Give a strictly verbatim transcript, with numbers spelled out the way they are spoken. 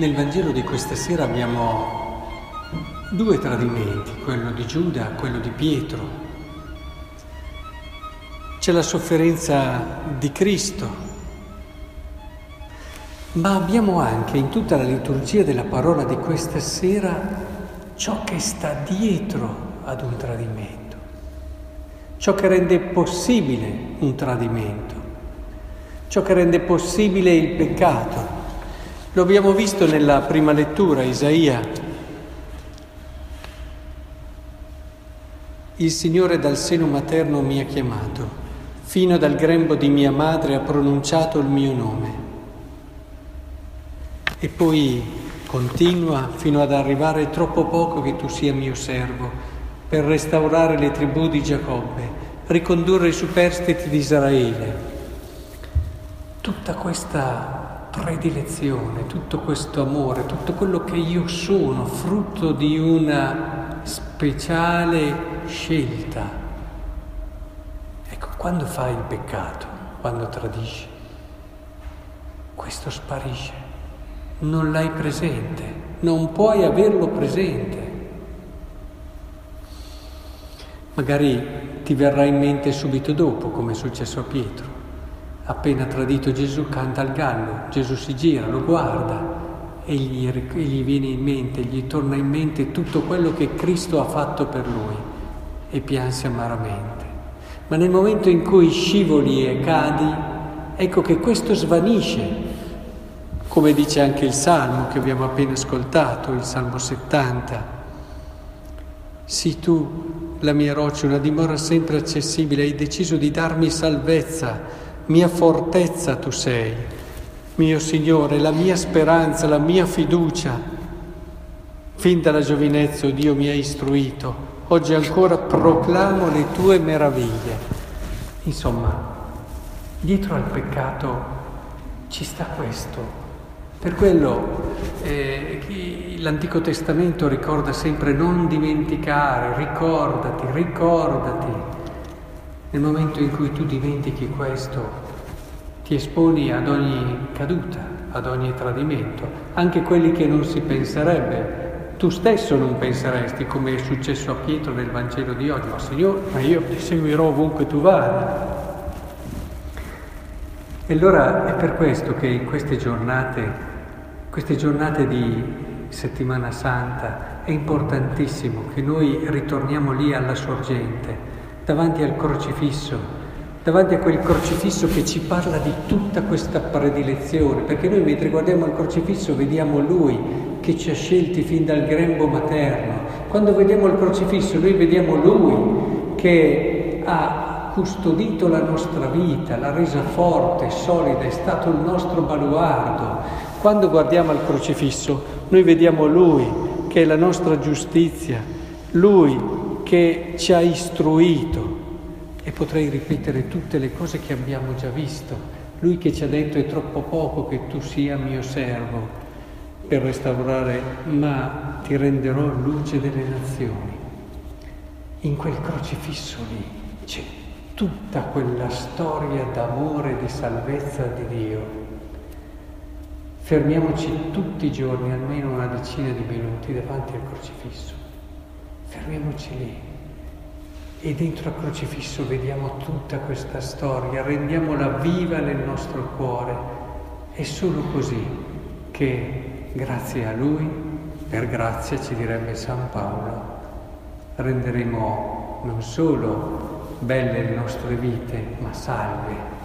Nel Vangelo di questa sera abbiamo due tradimenti, quello di Giuda, quello di Pietro. C'è la sofferenza di Cristo, ma abbiamo anche in tutta la liturgia della parola di questa sera ciò che sta dietro ad un tradimento, ciò che rende possibile un tradimento, ciò che rende possibile il peccato. Lo abbiamo visto nella prima lettura, Isaia. Il Signore dal seno materno mi ha chiamato, fino dal grembo di mia madre ha pronunciato il mio nome. E poi continua fino ad arrivare troppo poco che tu sia mio servo, per restaurare le tribù di Giacobbe, ricondurre i superstiti di Israele. Tutta questa predilezione, tutto questo amore, tutto quello che io sono, frutto di una speciale scelta. Ecco, quando fai il peccato, quando tradisci, questo sparisce, non l'hai presente, non puoi averlo presente. Magari ti verrà in mente subito dopo, come è successo a Pietro. Appena tradito Gesù canta il gallo, Gesù si gira, lo guarda e gli, e gli viene in mente, gli torna in mente tutto quello che Cristo ha fatto per lui e pianse amaramente. Ma nel momento in cui scivoli e cadi, ecco che questo svanisce, come dice anche il Salmo che abbiamo appena ascoltato, il Salmo settanta. Sii tu la mia roccia, una dimora sempre accessibile, hai deciso di darmi salvezza. Mia fortezza tu sei, mio Signore, la mia speranza, la mia fiducia. Fin dalla giovinezza, oh Dio, mi hai istruito, oggi ancora proclamo le tue meraviglie. Insomma, dietro al peccato ci sta questo. Per quello eh, l'Antico Testamento ricorda sempre non dimenticare, ricordati, ricordati. Nel momento in cui tu dimentichi questo, ti esponi ad ogni caduta, ad ogni tradimento, anche quelli che non si penserebbe. Tu stesso non penseresti, come è successo a Pietro nel Vangelo di oggi. Ma Signore, ma io ti seguirò ovunque tu vada. E allora è per questo che in queste giornate, queste giornate di Settimana Santa, è importantissimo che noi ritorniamo lì alla sorgente, davanti al crocifisso, davanti a quel crocifisso che ci parla di tutta questa predilezione, perché noi mentre guardiamo il crocifisso vediamo Lui che ci ha scelti fin dal grembo materno. Quando vediamo il crocifisso noi vediamo Lui che ha custodito la nostra vita, l'ha resa forte, solida, è stato il nostro baluardo. Quando guardiamo al crocifisso noi vediamo Lui che è la nostra giustizia, Lui che ci ha istruito, e potrei ripetere tutte le cose che abbiamo già visto. Lui che ci ha detto è troppo poco che tu sia mio servo per restaurare, ma ti renderò luce delle nazioni. In quel crocifisso lì c'è tutta quella storia d'amore e di salvezza di Dio. Fermiamoci tutti i giorni, almeno una decina di minuti, davanti al crocifisso. Fermiamoci lì e dentro al crocifisso vediamo tutta questa storia, rendiamola viva nel nostro cuore. È solo così che, grazie a Lui, per grazia ci direbbe San Paolo, renderemo non solo belle le nostre vite, ma salve.